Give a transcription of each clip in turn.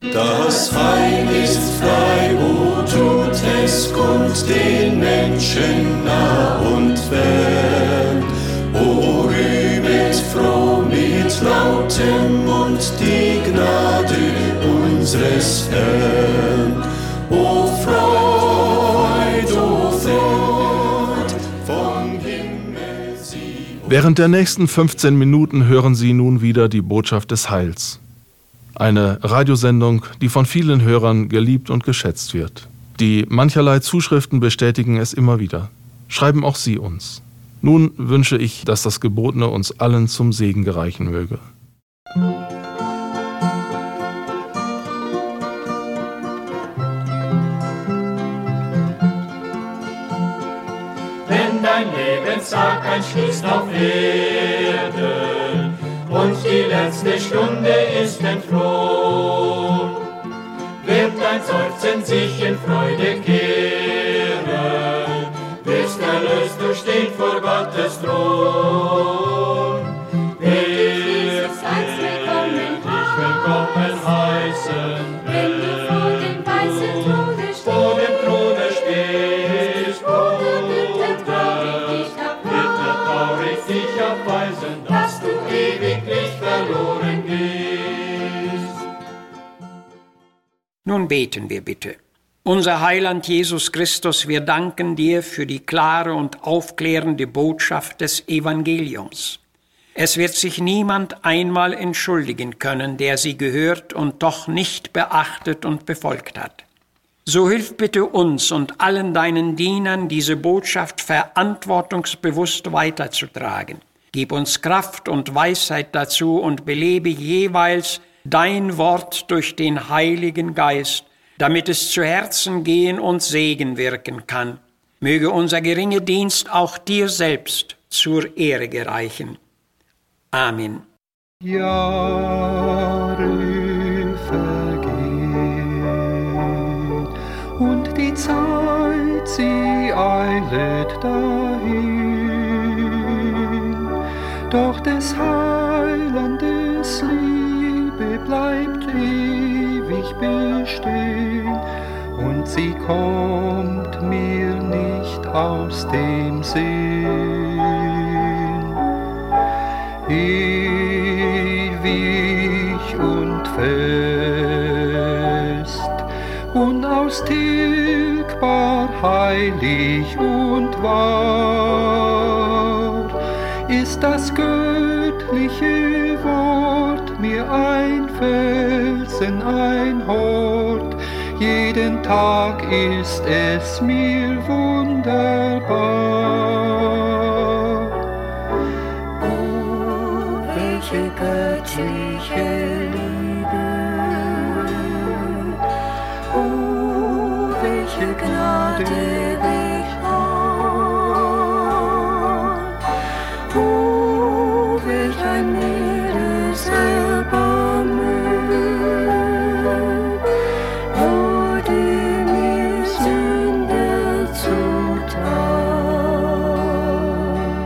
Das Heil ist frei, o tut es kund den Menschen nah und fern. O rühmet froh mit lautem Mund die Gnade unseres Herrn. O Freud, vom Himmel sie. Während der nächsten 15 Minuten hören Sie nun wieder die Botschaft des Heils. Eine Radiosendung, die von vielen Hörern geliebt und geschätzt wird. Die mancherlei Zuschriften bestätigen es immer wieder. Schreiben auch Sie uns. Nun wünsche ich, dass das Gebotene uns allen zum Segen gereichen möge. Wenn dein Lebenstag einschließt auf Erden und die letzte Stunde ist entflohen, wird dein Seufzen sich in Freude kehren, bist erlöst, du stehst vor Gottes Thron. Wirst dich willkommen heißen, wenn du vor dem weißen Throne stehst. Vor dem Throne stehst, Bruder, bitte traurig dich abweisen, dass du ewiglich verloren gehst. Nun beten wir bitte. Unser Heiland Jesus Christus, wir danken dir für die klare und aufklärende Botschaft des Evangeliums. Es wird sich niemand einmal entschuldigen können, der sie gehört und doch nicht beachtet und befolgt hat. So hilf bitte uns und allen deinen Dienern, diese Botschaft verantwortungsbewusst weiterzutragen. Gib uns Kraft und Weisheit dazu und belebe jeweils dein Wort durch den Heiligen Geist, damit es zu Herzen gehen und Segen wirken kann. Möge unser geringer Dienst auch dir selbst zur Ehre gereichen. Amen. Jahre vergehen und die Zeit, sie eilet dahin, doch des Heilandes Liebe bleibt ewig bestehen und sie kommt mir nicht aus dem Sinn. Ewig und fest, unaustilgbar, heilig und wahr, ist das göttliche Wort mir ein Felsen, ein Hort. Jeden Tag ist es mir wunderbar. Welche göttliche Liebe, oh, welche Gnade, welch Art, oh, welch ein mildes Erbarmen, wurde mir Sünder zuteil.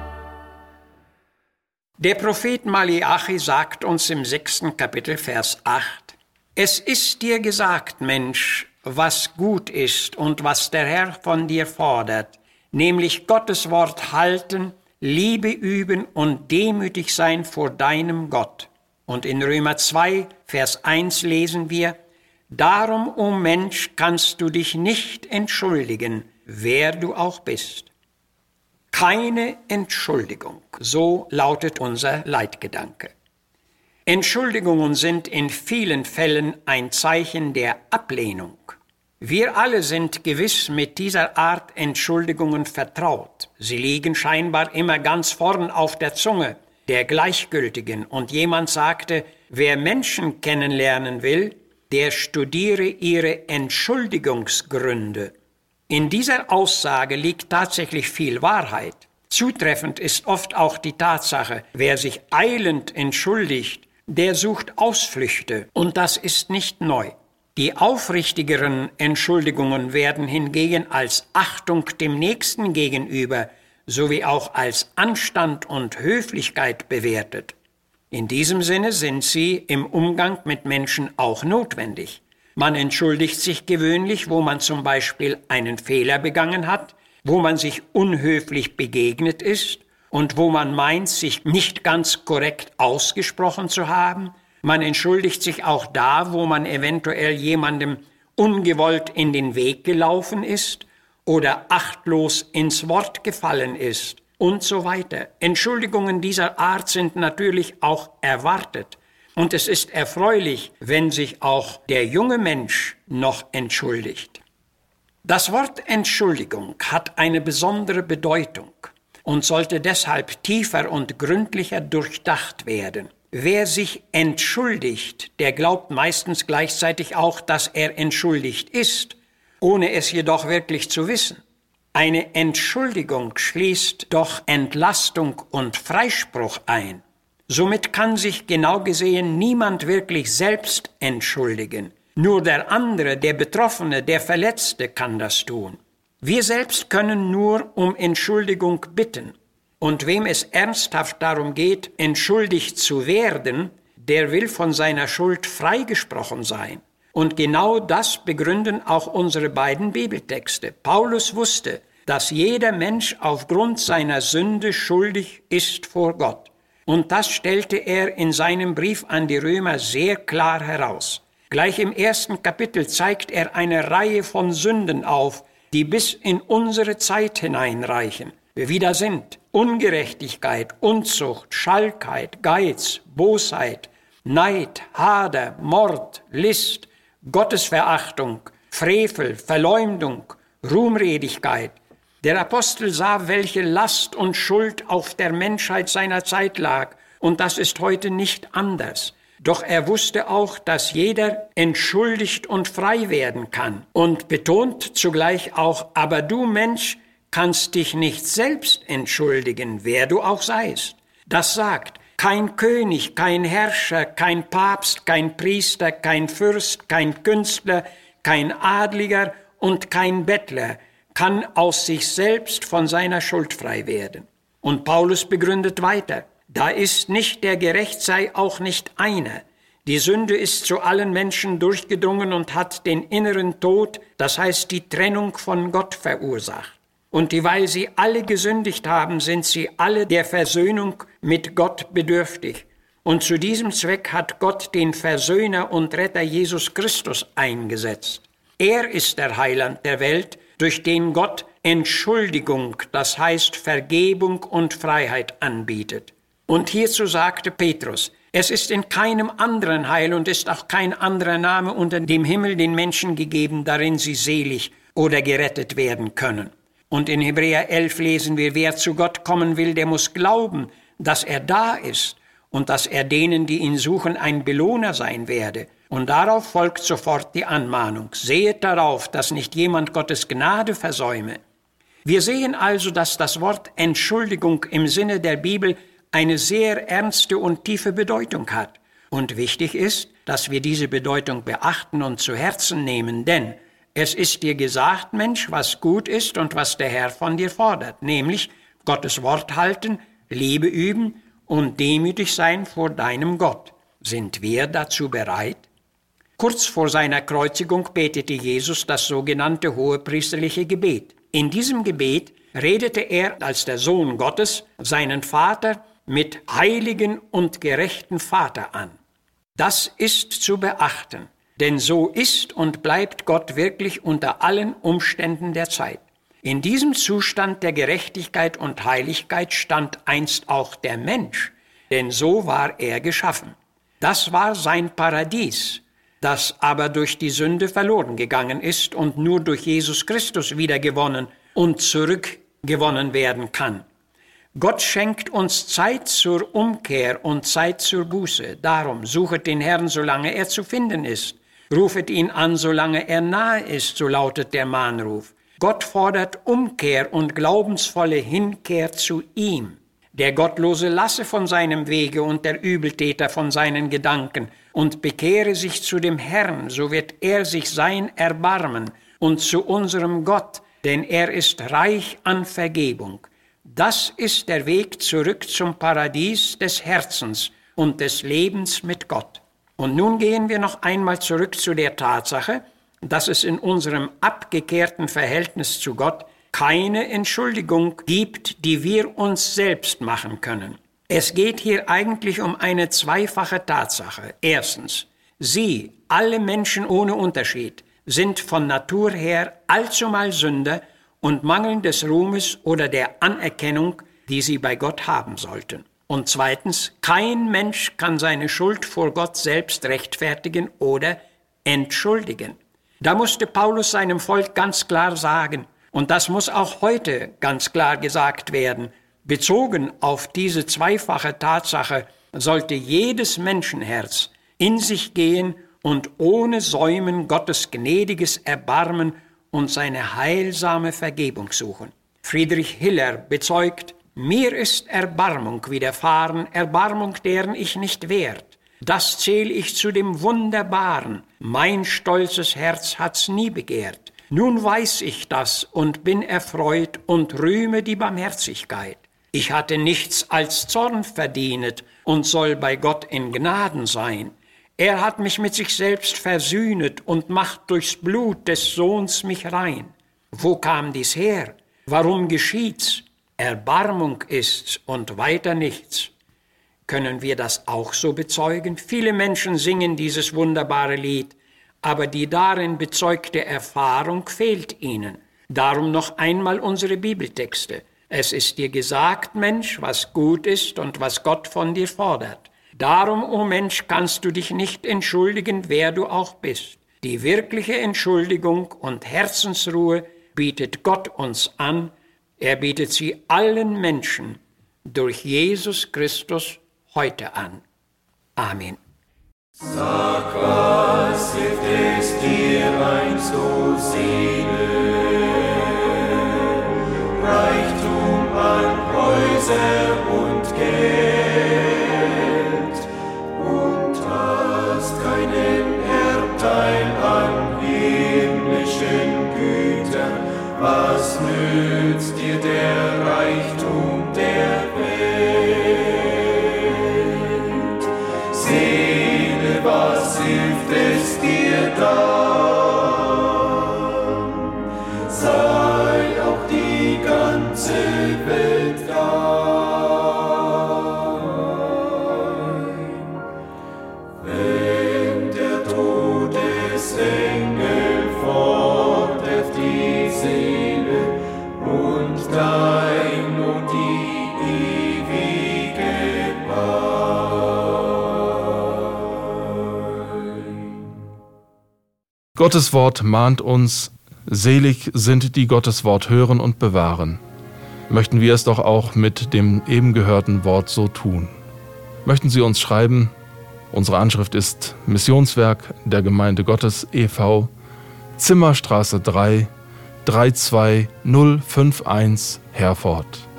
Der Prophet Maleachi sagt uns im 6. Kapitel, Vers 8, Es ist dir gesagt, Mensch, was gut ist und was der Herr von dir fordert, nämlich Gottes Wort halten, Liebe üben und demütig sein vor deinem Gott. Und in Römer 2, Vers 1 lesen wir, Darum, o Mensch, kannst du dich nicht entschuldigen, wer du auch bist. Keine Entschuldigung, so lautet unser Leitgedanke. Entschuldigungen sind in vielen Fällen ein Zeichen der Ablehnung. Wir alle sind gewiss mit dieser Art Entschuldigungen vertraut. Sie liegen scheinbar immer ganz vorn auf der Zunge der Gleichgültigen. Und jemand sagte, wer Menschen kennenlernen will, der studiere ihre Entschuldigungsgründe. In dieser Aussage liegt tatsächlich viel Wahrheit. Zutreffend ist oft auch die Tatsache, wer sich eilend entschuldigt, der sucht Ausflüchte, und das ist nicht neu. Die aufrichtigeren Entschuldigungen werden hingegen als Achtung dem Nächsten gegenüber sowie auch als Anstand und Höflichkeit bewertet. In diesem Sinne sind sie im Umgang mit Menschen auch notwendig. Man entschuldigt sich gewöhnlich, wo man zum Beispiel einen Fehler begangen hat, wo man sich unhöflich begegnet ist und wo man meint, sich nicht ganz korrekt ausgesprochen zu haben. Man entschuldigt sich auch da, wo man eventuell jemandem ungewollt in den Weg gelaufen ist oder achtlos ins Wort gefallen ist und so weiter. Entschuldigungen dieser Art sind natürlich auch erwartet. Und es ist erfreulich, wenn sich auch der junge Mensch noch entschuldigt. Das Wort Entschuldigung hat eine besondere Bedeutung und sollte deshalb tiefer und gründlicher durchdacht werden. Wer sich entschuldigt, der glaubt meistens gleichzeitig auch, dass er entschuldigt ist, ohne es jedoch wirklich zu wissen. Eine Entschuldigung schließt doch Entlastung und Freispruch ein. Somit kann sich genau gesehen niemand wirklich selbst entschuldigen. Nur der andere, der Betroffene, der Verletzte kann das tun. Wir selbst können nur um Entschuldigung bitten. Und wem es ernsthaft darum geht, entschuldigt zu werden, der will von seiner Schuld freigesprochen sein. Und genau das begründen auch unsere beiden Bibeltexte. Paulus wusste, dass jeder Mensch aufgrund seiner Sünde schuldig ist vor Gott. Und das stellte er in seinem Brief an die Römer sehr klar heraus. Gleich im 1. Kapitel zeigt er eine Reihe von Sünden auf, die bis in unsere Zeit hineinreichen. Wie da sind Ungerechtigkeit, Unzucht, Schalkheit, Geiz, Bosheit, Neid, Hader, Mord, List, Gottesverachtung, Frevel, Verleumdung, Ruhmredigkeit. Der Apostel sah, welche Last und Schuld auf der Menschheit seiner Zeit lag, und das ist heute nicht anders. Doch er wusste auch, dass jeder entschuldigt und frei werden kann und betont zugleich auch, aber du Mensch kannst dich nicht selbst entschuldigen, wer du auch seist. Das sagt, kein König, kein Herrscher, kein Papst, kein Priester, kein Fürst, kein Künstler, kein Adliger und kein Bettler kann aus sich selbst von seiner Schuld frei werden. Und Paulus begründet weiter, da ist nicht der gerecht sei, auch nicht einer. Die Sünde ist zu allen Menschen durchgedrungen und hat den inneren Tod, das heißt die Trennung von Gott verursacht. Und dieweil sie alle gesündigt haben, sind sie alle der Versöhnung mit Gott bedürftig. Und zu diesem Zweck hat Gott den Versöhner und Retter Jesus Christus eingesetzt. Er ist der Heiland der Welt, durch den Gott Entschuldigung, das heißt Vergebung und Freiheit anbietet. Und hierzu sagte Petrus, es ist in keinem anderen Heil und ist auch kein anderer Name unter dem Himmel den Menschen gegeben, darin sie selig oder gerettet werden können. Und in Hebräer 11 lesen wir, wer zu Gott kommen will, der muss glauben, dass er da ist und dass er denen, die ihn suchen, ein Belohner sein werde. Und darauf folgt sofort die Anmahnung, sehet darauf, dass nicht jemand Gottes Gnade versäume. Wir sehen also, dass das Wort Entschuldigung im Sinne der Bibel eine sehr ernste und tiefe Bedeutung hat. Und wichtig ist, dass wir diese Bedeutung beachten und zu Herzen nehmen, denn es ist dir gesagt, Mensch, was gut ist und was der Herr von dir fordert, nämlich Gottes Wort halten, Liebe üben und demütig sein vor deinem Gott. Sind wir dazu bereit? Kurz vor seiner Kreuzigung betete Jesus das sogenannte hohepriesterliche Gebet. In diesem Gebet redete er als der Sohn Gottes seinen Vater mit heiligen und gerechten Vater an. Das ist zu beachten, denn so ist und bleibt Gott wirklich unter allen Umständen der Zeit. In diesem Zustand der Gerechtigkeit und Heiligkeit stand einst auch der Mensch, denn so war er geschaffen. Das war sein Paradies, das aber durch die Sünde verloren gegangen ist und nur durch Jesus Christus wiedergewonnen und zurückgewonnen werden kann. Gott schenkt uns Zeit zur Umkehr und Zeit zur Buße. Darum suchet den Herrn, solange er zu finden ist. Rufet ihn an, solange er nahe ist, so lautet der Mahnruf. Gott fordert Umkehr und glaubensvolle Hinkehr zu ihm. Der Gottlose lasse von seinem Wege und der Übeltäter von seinen Gedanken und bekehre sich zu dem Herrn, so wird er sich sein erbarmen und zu unserem Gott, denn er ist reich an Vergebung. Das ist der Weg zurück zum Paradies des Herzens und des Lebens mit Gott. Und nun gehen wir noch einmal zurück zu der Tatsache, dass es in unserem abgekehrten Verhältnis zu Gott keine Entschuldigung gibt, die wir uns selbst machen können. Es geht hier eigentlich um eine zweifache Tatsache. Erstens, Sie, alle Menschen ohne Unterschied, sind von Natur her allzumal Sünder und mangeln des Ruhmes oder der Anerkennung, die sie bei Gott haben sollten. Und zweitens, kein Mensch kann seine Schuld vor Gott selbst rechtfertigen oder entschuldigen. Da musste Paulus seinem Volk ganz klar sagen, und das muss auch heute ganz klar gesagt werden, bezogen auf diese zweifache Tatsache sollte jedes Menschenherz in sich gehen und ohne Säumen Gottes gnädiges Erbarmen und seine heilsame Vergebung suchen. Friedrich Hiller bezeugt, mir ist Erbarmung widerfahren, Erbarmung, deren ich nicht wert. Das zähl ich zu dem Wunderbaren. Mein stolzes Herz hat's nie begehrt. Nun weiß ich das und bin erfreut und rühme die Barmherzigkeit. Ich hatte nichts als Zorn verdienet und soll bei Gott in Gnaden sein. Er hat mich mit sich selbst versöhnet und macht durchs Blut des Sohns mich rein. Wo kam dies her? Warum geschieht's? Erbarmung ist's und weiter nichts. Können wir das auch so bezeugen? Viele Menschen singen dieses wunderbare Lied, aber die darin bezeugte Erfahrung fehlt ihnen. Darum noch einmal unsere Bibeltexte. Es ist dir gesagt, Mensch, was gut ist und was Gott von dir fordert. Darum, o Mensch, kannst du dich nicht entschuldigen, wer du auch bist. Die wirkliche Entschuldigung und Herzensruhe bietet Gott uns an. Er bietet sie allen Menschen durch Jesus Christus heute an. Amen. Sag, was hilft es dir einst, o Seele? Reichtum an Häuser und Geld und hast keinen Erbteil an himmlischen Gütern. Was nützt dir der Reichtum der Welt? Seele, was hilft es dir dann? Sei auch die ganze Welt dein. Wenn der Todesengel fordert die Seele und dein und die ewige Pein. Gottes Wort mahnt uns, selig sind die Gottes Wort hören und bewahren. Möchten wir es doch auch mit dem eben gehörten Wort so tun. Möchten Sie uns schreiben? Unsere Anschrift ist Missionswerk der Gemeinde Gottes e.V., Zimmerstraße 3, 32051, Herford.